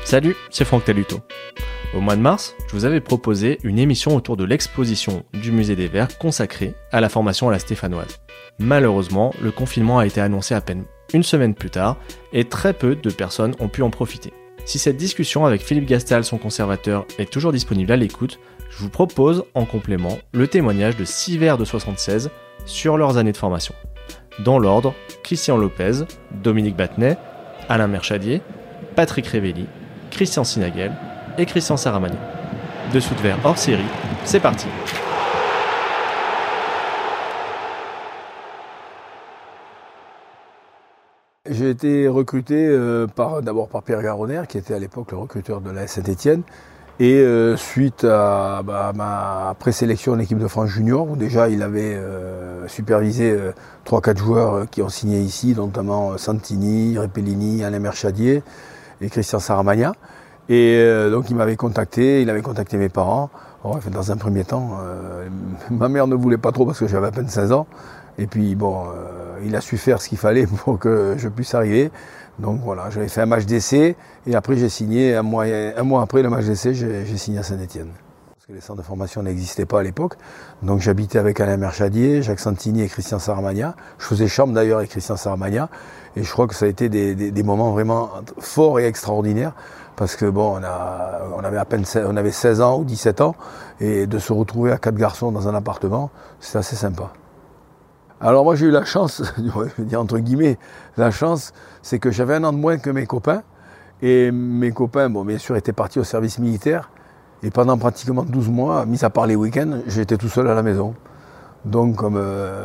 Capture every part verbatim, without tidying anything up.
Salut, c'est Franck Taluto. Au mois de mars, je vous avais proposé une émission autour de l'exposition du Musée des Verts consacrée à la formation à la stéphanoise. Malheureusement, le confinement a été annoncé à peine une semaine plus tard et très peu de personnes ont pu en profiter. Si cette discussion avec Philippe Gastal, son conservateur, est toujours disponible à l'écoute, je vous propose en complément le témoignage de six Verts de soixante-seize sur leurs années de formation. Dans l'ordre, Christian Lopez, Dominique Battenet, Alain Merchadier, Patrick Révelli, Christian Sinagel et Christian Saramani. Dessous de verre hors série, c'est parti. J'ai été recruté euh, par, d'abord par Pierre Garonner, qui était à l'époque le recruteur de l'A S Saint-Étienne. Et euh, suite à bah, ma présélection en équipe de France junior, où déjà il avait euh, supervisé euh, trois quatre joueurs euh, qui ont signé ici, notamment Santini, Repellini, Alain Merchadier et Christian Saramagna. Et euh, donc il m'avait contacté, il avait contacté mes parents. Alors, dans un premier temps, euh, ma mère ne voulait pas trop parce que j'avais à peine seize ans. Et puis bon, euh, il a su faire ce qu'il fallait pour que je puisse arriver. Donc voilà, j'avais fait un match d'essai et après j'ai signé, un mois, un mois après le match d'essai, j'ai, j'ai signé à Saint-Étienne. Parce que les centres de formation n'existaient pas à l'époque. Donc j'habitais avec Alain Merchadier, Jacques Santini et Christian Saramagna. Je faisais chambre d'ailleurs avec Christian Saramagna. Et je crois que ça a été des, des, des moments vraiment forts et extraordinaires. Parce que bon, on, a, on avait à peine on avait seize ans ou dix-sept ans. Et de se retrouver à quatre garçons dans un appartement, c'était assez sympa. Alors moi j'ai eu la chance, je veux dire entre guillemets, la chance, c'est que j'avais un an de moins que mes copains. Et mes copains, bon bien sûr, étaient partis au service militaire. Et pendant pratiquement douze mois, mis à part les week-ends, j'étais tout seul à la maison. Donc comme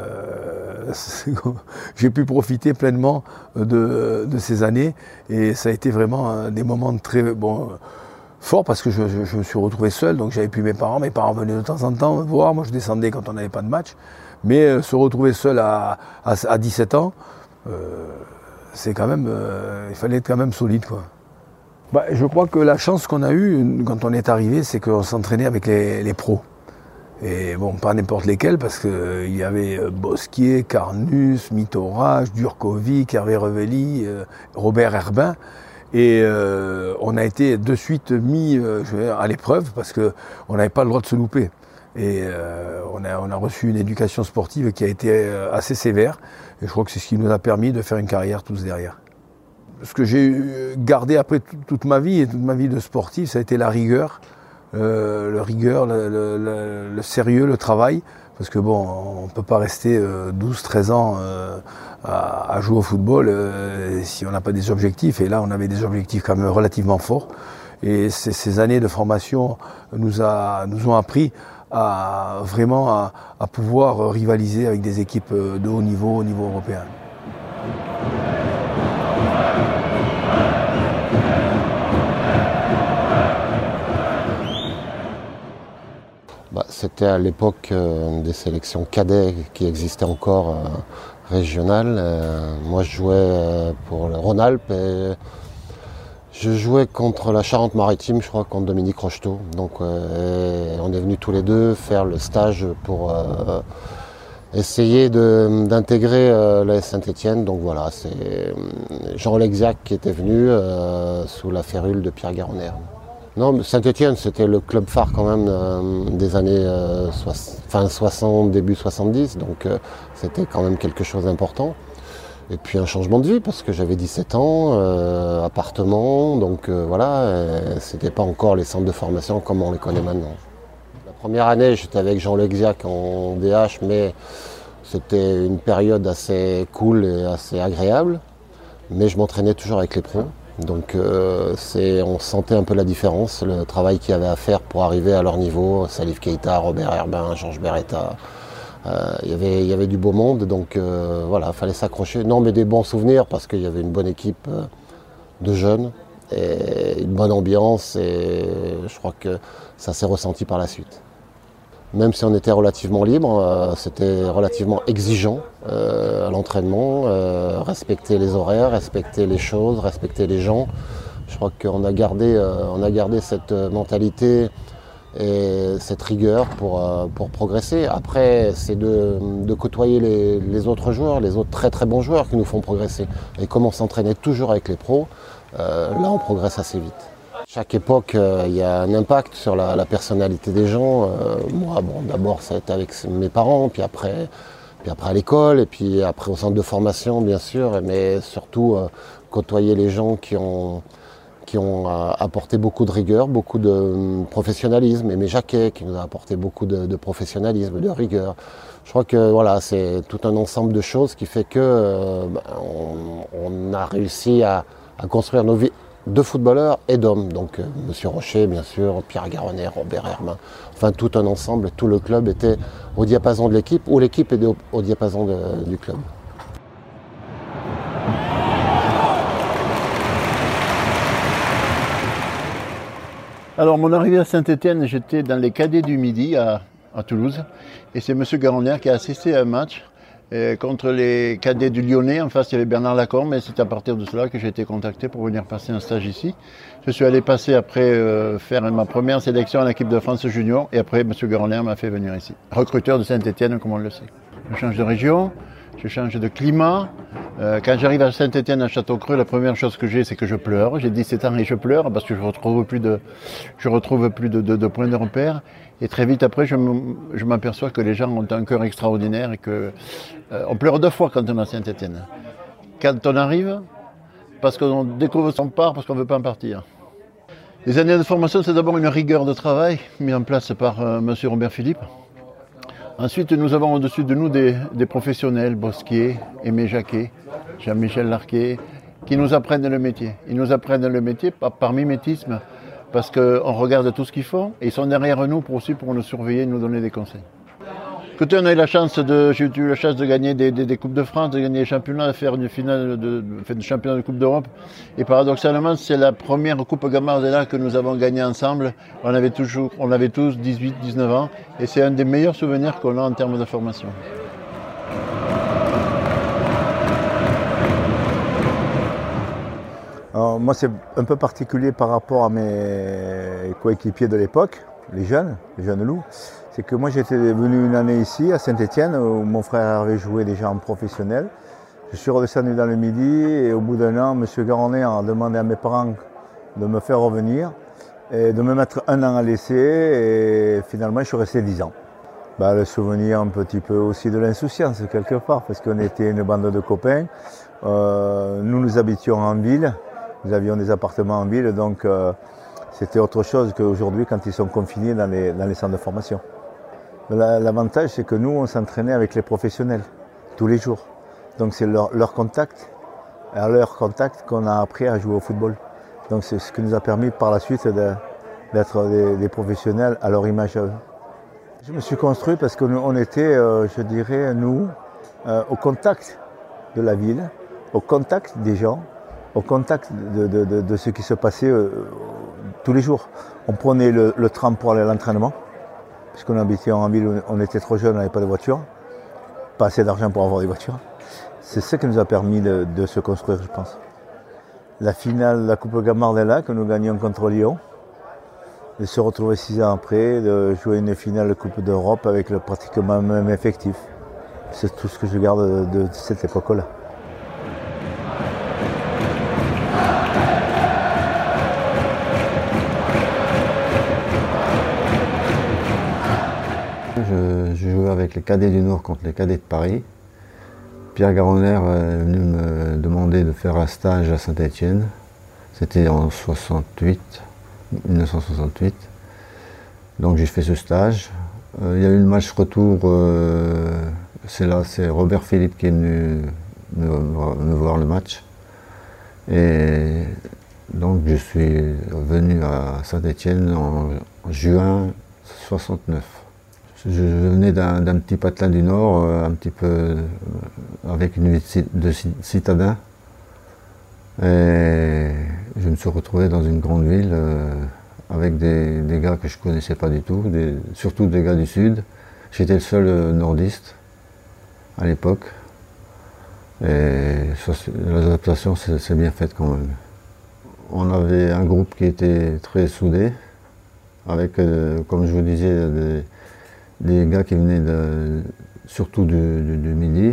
euh, j'ai pu profiter pleinement de, de ces années. Et ça a été vraiment des moments très bon, forts parce que je, je, je me suis retrouvé seul. Donc j'avais plus mes parents. Mes parents venaient de temps en temps me voir. Moi je descendais quand on n'avait pas de match. Mais euh, se retrouver seul à, à, à dix-sept ans, euh, c'est quand même, euh, il fallait être quand même solide, quoi. Bah, je crois que la chance qu'on a eue quand on est arrivé, c'est qu'on s'entraînait avec les, les pros. Et bon, pas n'importe lesquels, parce qu'il euh, y avait euh, Bosquier, Carnus, Mitorage, Durkovic, Hervé Revelli, euh, Robert Herbin. Et euh, on a été de suite mis euh, je veux dire, à l'épreuve, parce qu'on n'avait pas le droit de se louper. Et euh, on, a, on a reçu une éducation sportive qui a été euh, assez sévère. Et je crois que c'est ce qui nous a permis de faire une carrière tous derrière. Ce que j'ai gardé après t- toute ma vie et toute ma vie de sportif, ça a été la rigueur. Euh, le rigueur, le, le, le, le sérieux, le travail. Parce que bon, on ne peut pas rester euh, douze treize ans euh, à, à jouer au football euh, si on n'a pas des objectifs. Et là, on avait des objectifs quand même relativement forts. Et ces, ces années de formation nous, a, nous ont appris à vraiment à, à pouvoir rivaliser avec des équipes de haut niveau au niveau européen. Bah, c'était à l'époque euh, des sélections cadets qui existaient encore euh, régionales. Euh, moi je jouais euh, pour le Rhône-Alpes et je jouais contre la Charente-Maritime, je crois, contre Dominique Rocheteau. Donc euh, on est venus tous les deux faire le stage pour euh, essayer de, d'intégrer euh, l'A S Saint-Étienne. Donc voilà, c'est Jean Lexiac qui était venu euh, sous la férule de Pierre Garonner. Non, Saint-Étienne, c'était le club phare quand même euh, des années euh, so- fin soixante, début soixante-dix. Donc euh, c'était quand même quelque chose d'important. Et puis un changement de vie parce que j'avais dix-sept ans, euh, appartement, donc euh, voilà, euh, c'était pas encore les centres de formation comme on les connaît maintenant. La première année, j'étais avec Jean Lexiac en D H, mais c'était une période assez cool et assez agréable. Mais je m'entraînais toujours avec les pros, donc euh, c'est, on sentait un peu la différence, le travail qu'il y avait à faire pour arriver à leur niveau. Salif Keita, Robert Herbin, Georges Beretta. Euh, y avait, y avait du beau monde, donc euh, voilà, il fallait s'accrocher. Non, mais des bons souvenirs parce qu'il y avait une bonne équipe euh, de jeunes et une bonne ambiance et je crois que ça s'est ressenti par la suite. Même si on était relativement libre, euh, c'était relativement exigeant euh, à l'entraînement, euh, respecter les horaires, respecter les choses, respecter les gens. Je crois qu'on a gardé, euh, on a gardé cette mentalité et cette rigueur pour, euh, pour progresser. Après, c'est de, de côtoyer les, les autres joueurs, les autres très très bons joueurs qui nous font progresser. Et comme on s'entraînait toujours avec les pros, euh, là on progresse assez vite. Chaque époque, euh, il y a un impact sur la, la personnalité des gens. Euh, moi, bon, d'abord, ça a été avec mes parents, puis après, puis après à l'école, et puis après au centre de formation, bien sûr, mais surtout euh, côtoyer les gens qui ont, qui ont euh, apporté beaucoup de rigueur, beaucoup de euh, professionnalisme. Aimé Jacquet, qui nous a apporté beaucoup de, de professionnalisme, de rigueur. Je crois que voilà, c'est tout un ensemble de choses qui fait que euh, on, on a réussi à, à construire nos vies de footballeurs et d'hommes. Donc euh, Monsieur Rocher, bien sûr, Pierre Garronnet, Robert Hermin, enfin tout un ensemble, tout le club était au diapason de l'équipe, ou l'équipe était au, au diapason de, du club. Alors mon arrivée à Saint-Étienne, j'étais dans les cadets du Midi à, à Toulouse, et c'est Monsieur Garronner qui a assisté à un match euh, contre les cadets du Lyonnais. En face, il y avait Bernard Lacombe, et c'est à partir de cela que j'ai été contacté pour venir passer un stage ici. Je suis allé passer après euh, faire ma première sélection en équipe de France junior, et après Monsieur Garronner m'a fait venir ici. Recruteur de Saint-Étienne, comme on le sait. Je change de région, je change de climat. Euh, quand j'arrive à Saint-Étienne, à Château-Creux, la première chose que j'ai, c'est que je pleure. J'ai dix-sept ans et je pleure parce que je retrouve plus de, je retrouve plus de, de, de points de repère. Et très vite après, je m'aperçois que les gens ont un cœur extraordinaire et que euh, on pleure deux fois quand on est à Saint-Étienne. Quand on arrive, parce qu'on découvre son part, parce qu'on ne veut pas en partir. Les années de formation, c'est d'abord une rigueur de travail mise en place par euh, Monsieur Robert Philippe. Ensuite, nous avons au-dessus de nous des, des professionnels, Bosquier, Aimé Jacquet, Jean-Michel Larquet, qui nous apprennent le métier. Ils nous apprennent le métier par, par mimétisme, parce qu'on regarde tout ce qu'ils font, et ils sont derrière nous pour aussi pour nous surveiller et nous donner des conseils. Écoutez, on a eu la chance de, j'ai eu la chance de gagner des, des, des Coupes de France, de gagner les championnats, de faire une finale de, de, de championnat de Coupe d'Europe. Et paradoxalement, c'est la première Coupe Gambardella que nous avons gagnée ensemble. On avait toujours, on avait tous dix-huit, dix-neuf ans, et c'est un des meilleurs souvenirs qu'on a en termes de formation. Alors, moi, c'est un peu particulier par rapport à mes coéquipiers de l'époque, les jeunes, les jeunes loups. C'est que moi j'étais venu une année ici à Saint-Étienne où mon frère avait joué déjà en professionnel. Je suis redescendu dans le Midi et au bout d'un an, M. Garronner a demandé à mes parents de me faire revenir et de me mettre un an à l'essai et finalement je suis resté dix ans. Bah, le souvenir un petit peu aussi de l'insouciance quelque part parce qu'on était une bande de copains. Euh, nous nous habitions en ville, nous avions des appartements en ville donc euh, c'était autre chose qu'aujourd'hui quand ils sont confinés dans les, dans les centres de formation. L'avantage, c'est que nous, on s'entraînait avec les professionnels, tous les jours. Donc c'est leur, leur contact, à leur contact qu'on a appris à jouer au football. Donc c'est ce qui nous a permis par la suite d'être des, des professionnels à leur image à eux. Je me suis construit parce qu'on était, euh, je dirais, nous, euh, au contact de la ville, au contact des gens, au contact de, de, de, de ce qui se passait euh, tous les jours. On prenait le, le tram pour aller à l'entraînement. Puisqu'on habitait en ville, on était trop jeunes, on n'avait pas de voiture, pas assez d'argent pour avoir des voitures. C'est ça qui nous a permis de, de se construire, je pense. La finale de la Coupe Gambardella que nous gagnions contre Lyon, de se retrouver six ans après, de jouer une finale de Coupe d'Europe avec le pratiquement le même effectif. C'est tout ce que je garde de, de cette époque-là. Je, je jouais avec les cadets du Nord contre les cadets de Paris. Pierre Garronner est venu me demander de faire un stage à Saint-Étienne. C'était en soixante-huit, mille neuf cent soixante-huit. Donc j'ai fait ce stage. Euh, il y a eu le match retour, euh, c'est là, c'est Robert Philippe qui est venu me, me voir le match. Et donc je suis venu à Saint-Étienne en, en juin soixante-neuf. Je venais d'un petit patelin du Nord, un petit peu avec une vie de citadin. Et je me suis retrouvé dans une grande ville avec des, des gars que je ne connaissais pas du tout, des, surtout des gars du Sud. J'étais le seul nordiste à l'époque. Et l'adaptation s'est bien faite quand même. On avait un groupe qui était très soudé, avec, comme je vous disais, des, des gars qui venaient de, surtout du, du, du Midi.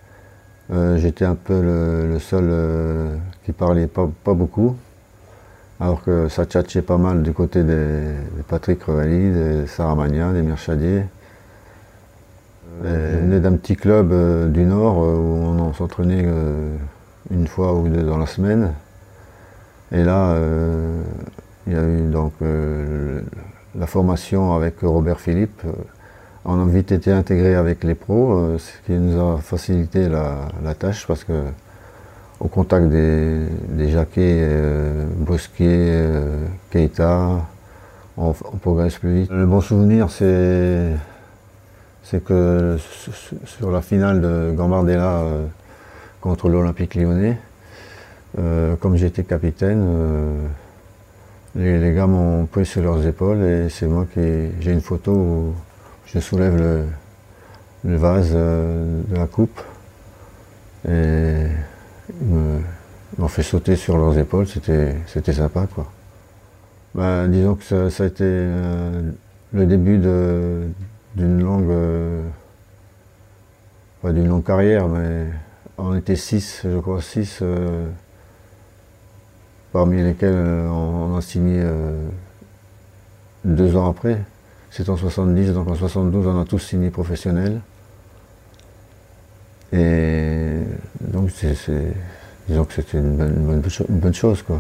Euh, J'étais un peu le, le seul euh, qui parlait pas, pas beaucoup. Alors que ça tchatchait pas mal du côté des, des Patrick Revelli, des Saramagna, des Mirchadier. Je venais d'un petit club euh, du Nord euh, où on s'entraînait euh, une fois ou deux dans la semaine. Et là, euh, il y a eu donc euh, la formation avec Robert Philippe. On a vite été intégré avec les pros, euh, ce qui nous a facilité la, la tâche parce que au contact des, des Jacquet, euh, Bosquier, euh, Keita, on, on progresse plus vite. Le bon souvenir, c'est c'est que sur la finale de Gambardella euh, contre l'Olympique Lyonnais, euh, comme j'étais capitaine, euh, les, les gars m'ont pris sur leurs épaules et c'est moi qui... J'ai une photo où je soulève le, le vase euh, de la coupe et ils me- ils m'ont fait sauter sur leurs épaules, c'était c'était sympa quoi. Ben, disons que ça, ça a été euh, le début de- d'une longue, euh, pas d'une longue carrière, mais on était six, je crois, six, euh, parmi lesquels euh, on, on a signé euh, deux ans après. C'est en soixante-dix, donc en soixante-douze, on a tous signé professionnels. Et donc, c'est, c'est- disons que c'était une bonne, une bonne cho- une bonne chose, quoi.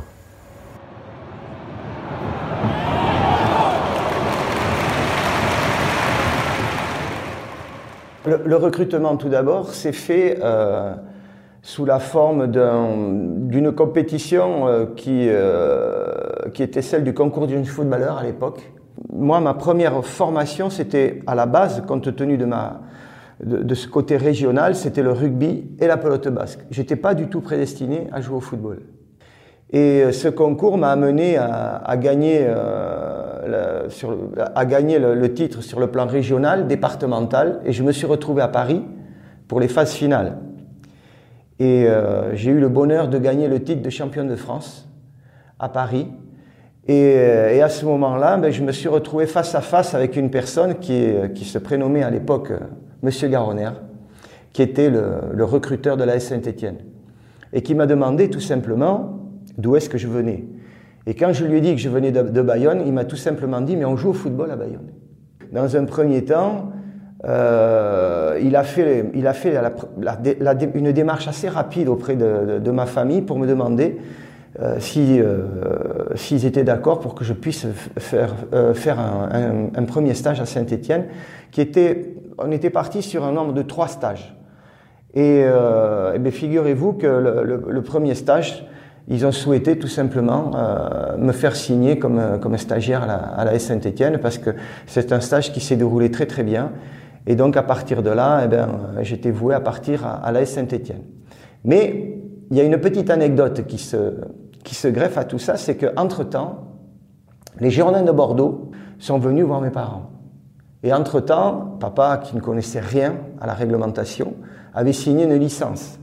Le, le recrutement, tout d'abord, s'est fait euh, sous la forme d'un- d'une compétition euh, qui, euh, qui était celle du concours du jeune footballeur à l'époque. Moi, ma première formation, c'était à la base, compte tenu de, ma, de, de ce côté régional, c'était le rugby et la pelote basque. Je n'étais pas du tout prédestiné à jouer au football. Et euh, ce concours m'a amené à, à gagner, euh, le, sur, à gagner le, le titre sur le plan régional, départemental, et je me suis retrouvé à Paris pour les phases finales. Et euh, j'ai eu le bonheur de gagner le titre de champion de France à Paris. Et, euh, et à ce moment-là, ben, je me suis retrouvé face à face avec une personne qui, est- qui se prénommait à l'époque euh, Monsieur Garonner, qui était le, le recruteur de l'A S Saint-Étienne, et qui m'a demandé tout simplement d'où est-ce que je venais. Et quand je lui ai dit que je venais de, de Bayonne, il m'a tout simplement dit « mais on joue au football à Bayonne ». Dans un premier temps, euh, il a fait, il a fait la- la- la- une démarche assez rapide auprès de, de- de ma famille pour me demander euh, si, euh, s'ils étaient d'accord pour que je puisse faire, euh, faire un, un- un premier stage à Saint-Étienne, qui était, on était parti sur un nombre de trois stages. Et, euh, eh bien, figurez-vous que le, le- le premier stage, ils ont souhaité tout simplement euh, me faire signer comme, comme stagiaire à la, à la S Saint-Étienne parce que c'est un stage qui s'est déroulé très très bien. Et donc à partir de là, eh bien, j'étais voué à partir à, à la S Saint-Étienne. Mais il y a une petite anecdote qui se, qui se greffe à tout ça, c'est qu'entre-temps, les Girondins de Bordeaux sont venus voir mes parents. Et entre-temps, papa, qui ne connaissait rien à la réglementation, avait signé une licence.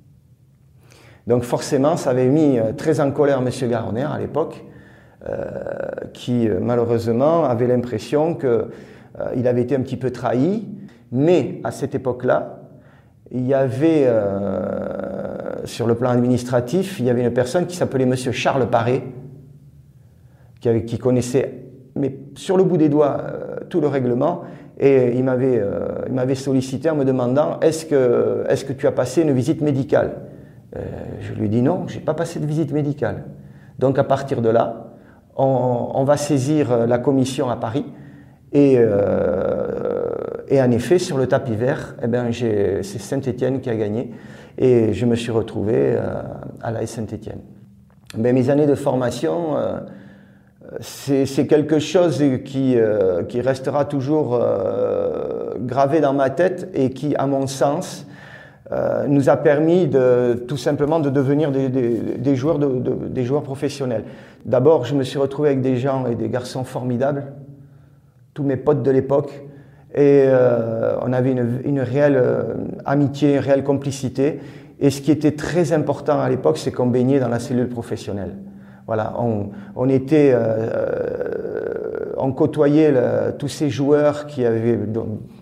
Donc forcément, ça avait mis euh, très en colère M. Garonner à l'époque, euh, qui euh, malheureusement avait l'impression qu'il euh, avait été un petit peu trahi. Mais à cette époque-là, il y avait, euh, sur le plan administratif, il y avait une personne qui s'appelait M. Charles Paré, qui, avait, qui connaissait, mais sur le bout des doigts, euh, tout le règlement. Et il m'avait euh, il m'avait sollicité en me demandant « Est-ce que, est-ce que tu as passé une visite médicale ?» Euh, je lui ai dit non, je n'ai pas passé de visite médicale. Donc à partir de là, on, on va saisir la commission à Paris et, euh, et en effet, sur le tapis vert, eh ben, c'est Saint-Étienne qui a gagné et je me suis retrouvé euh, à la Saint-Étienne. Mais mes années de formation, euh, c'est quelque chose qui, euh, qui restera toujours euh, gravé dans ma tête et qui, à mon sens, Euh, nous a permis de, tout simplement de devenir des, des, des, joueurs, de, de, des joueurs professionnels. D'abord, je me suis retrouvé avec des gens et des garçons formidables, tous mes potes de l'époque, et euh, on avait une, une réelle euh, amitié, une réelle complicité. Et ce qui était très important à l'époque, c'est qu'on baignait dans la cellule professionnelle. Voilà, on, on était, euh, on côtoyait le, tous ces joueurs qui avaient...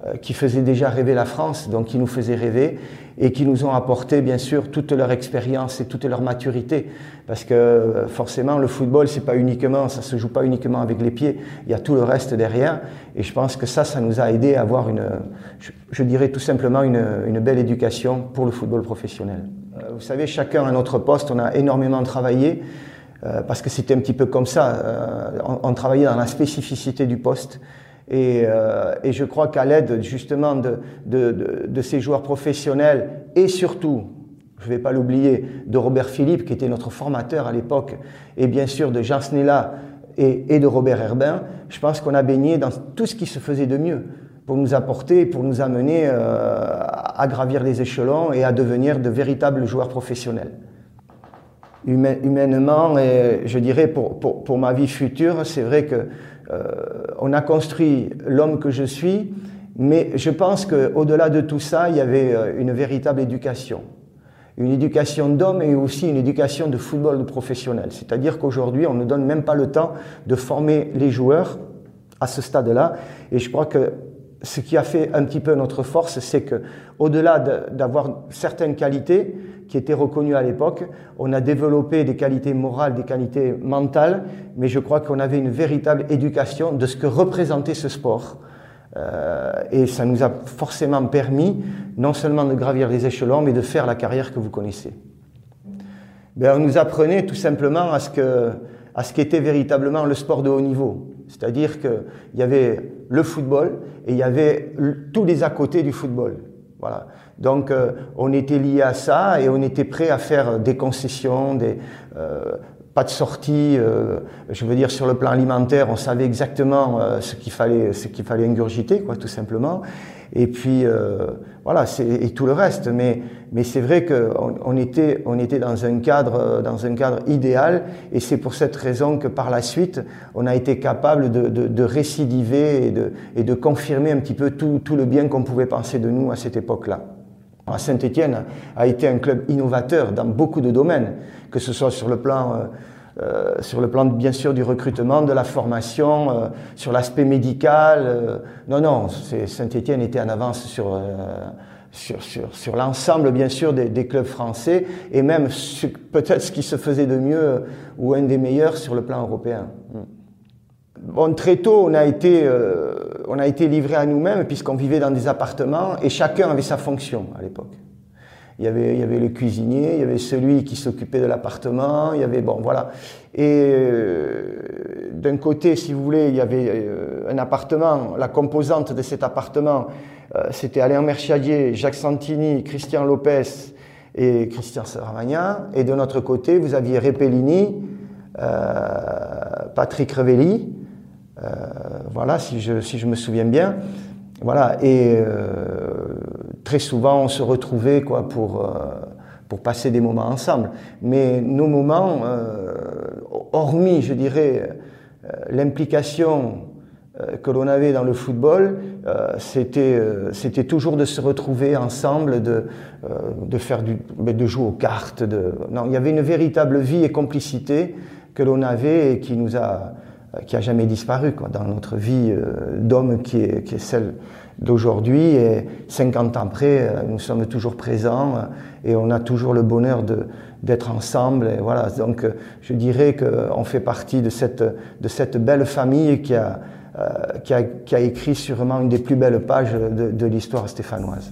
qui faisaient déjà rêver la France, donc qui nous faisaient rêver et qui nous ont apporté bien sûr toute leur expérience et toute leur maturité, parce que forcément le football c'est pas uniquement, ça se joue pas uniquement avec les pieds, il y a tout le reste derrière, et je pense que ça, ça nous a aidé à avoir une, je, je dirais tout simplement une, une belle éducation pour le football professionnel. Vous savez, chacun à notre poste, on a énormément travaillé. Euh, parce que c'était un petit peu comme ça, euh, on, on travaillait dans la spécificité du poste et, euh, et je crois qu'à l'aide justement de, de, de, de ces joueurs professionnels et surtout, je ne vais pas l'oublier, de Robert Philippe qui était notre formateur à l'époque et bien sûr de Jean Snella et, et de Robert Herbin, je pense qu'on a baigné dans tout ce qui se faisait de mieux pour nous apporter, pour nous amener euh, à gravir les échelons et à devenir de véritables joueurs professionnels. Humainement, et je dirais pour, pour, pour ma vie future, c'est vrai que euh, on a construit l'homme que je suis, mais je pense qu'au-delà de tout ça, il y avait une véritable éducation. Une éducation d'homme et aussi une éducation de football professionnel. C'est-à-dire qu'aujourd'hui, on ne donne même pas le temps de former les joueurs à ce stade-là. Et je crois que ce qui a fait un petit peu notre force, c'est que, au-delà d'avoir certaines qualités qui étaient reconnues à l'époque, on a développé des qualités morales, des qualités mentales, mais je crois qu'on avait une véritable éducation de ce que représentait ce sport. Euh, et ça nous a forcément permis non seulement de gravir les échelons, mais de faire la carrière que vous connaissez. Ben, on nous apprenait tout simplement à ce que, à ce qu'était véritablement le sport de haut niveau. C'est-à-dire qu'il y avait le football et il y avait tous les à côté du football. Voilà. Donc euh, on était lié à ça et on était prêt à faire des concessions, des, euh, pas de sortie, euh, je veux dire sur le plan alimentaire, on savait exactement euh, ce qu'il fallait, ce qu'il fallait ingurgiter, quoi, tout simplement. Et puis euh, voilà, c'est, et tout le reste. Mais, mais c'est vrai qu'on on était, on était dans un cadre, dans un cadre idéal, et c'est pour cette raison que par la suite, on a été capable de, de, de récidiver et de, et de confirmer un petit peu tout, tout le bien qu'on pouvait penser de nous à cette époque-là. Saint-Étienne a été un club innovateur dans beaucoup de domaines, que ce soit sur le plan, euh, euh, sur le plan bien sûr du recrutement, de la formation, euh, sur l'aspect médical. Euh, non, non, Saint-Étienne était en avance sur, euh, sur, sur, sur l'ensemble bien sûr des, des clubs français et même peut-être ce qui se faisait de mieux euh, ou un des meilleurs sur le plan européen. Bon, très tôt, on a été, euh, on a été livrés à nous-mêmes puisqu'on vivait dans des appartements et chacun avait sa fonction à l'époque. Il y avait, il y avait le cuisinier, il y avait celui qui s'occupait de l'appartement, il y avait, bon, voilà. Et euh, d'un côté, si vous voulez, il y avait euh, un appartement, la composante de cet appartement, euh, c'était Alain Merchadier, Jacques Santini, Christian Lopez et Christian Saramagna. Et de notre côté, vous aviez Repellini, euh, Patrick Revelli, Euh, voilà, si je, si je me souviens bien. Voilà, et euh, très souvent on se retrouvait quoi, pour, euh, pour passer des moments ensemble. Mais nos moments, euh, hormis, je dirais, euh, l'implication euh, que l'on avait dans le football, euh, c'était, euh, c'était toujours de se retrouver ensemble, de, euh, de, faire du, de jouer aux cartes. De... Non, il y avait une véritable vie et complicité que l'on avait et qui nous a... qui a jamais disparu quoi, dans notre vie euh, d'homme qui est, qui est celle d'aujourd'hui. Et cinquante ans après, euh, nous sommes toujours présents euh, et on a toujours le bonheur de, d'être ensemble. Et voilà. Donc euh, je dirais qu'on fait partie de cette, de cette belle famille qui a, euh, qui, a, qui a écrit sûrement une des plus belles pages de, de l'histoire stéphanoise.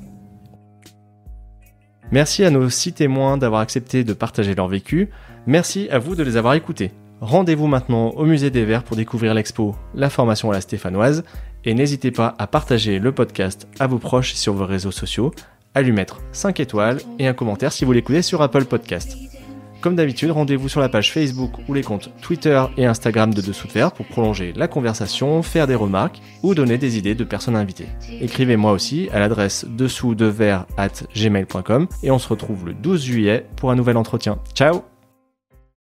Merci à nos six témoins d'avoir accepté de partager leur vécu. Merci à vous de les avoir écoutés. Rendez-vous maintenant au Musée des Verts pour découvrir l'expo La formation à la stéphanoise et n'hésitez pas à partager le podcast à vos proches sur vos réseaux sociaux, à lui mettre cinq étoiles et un commentaire si vous l'écoutez sur Apple Podcast. Comme d'habitude, rendez-vous sur la page Facebook ou les comptes Twitter et Instagram de Dessous de Verre pour prolonger la conversation, faire des remarques ou donner des idées de personnes invitées. Écrivez-moi aussi à l'adresse dessous de verre arobase gmail point com et on se retrouve le douze juillet pour un nouvel entretien. Ciao!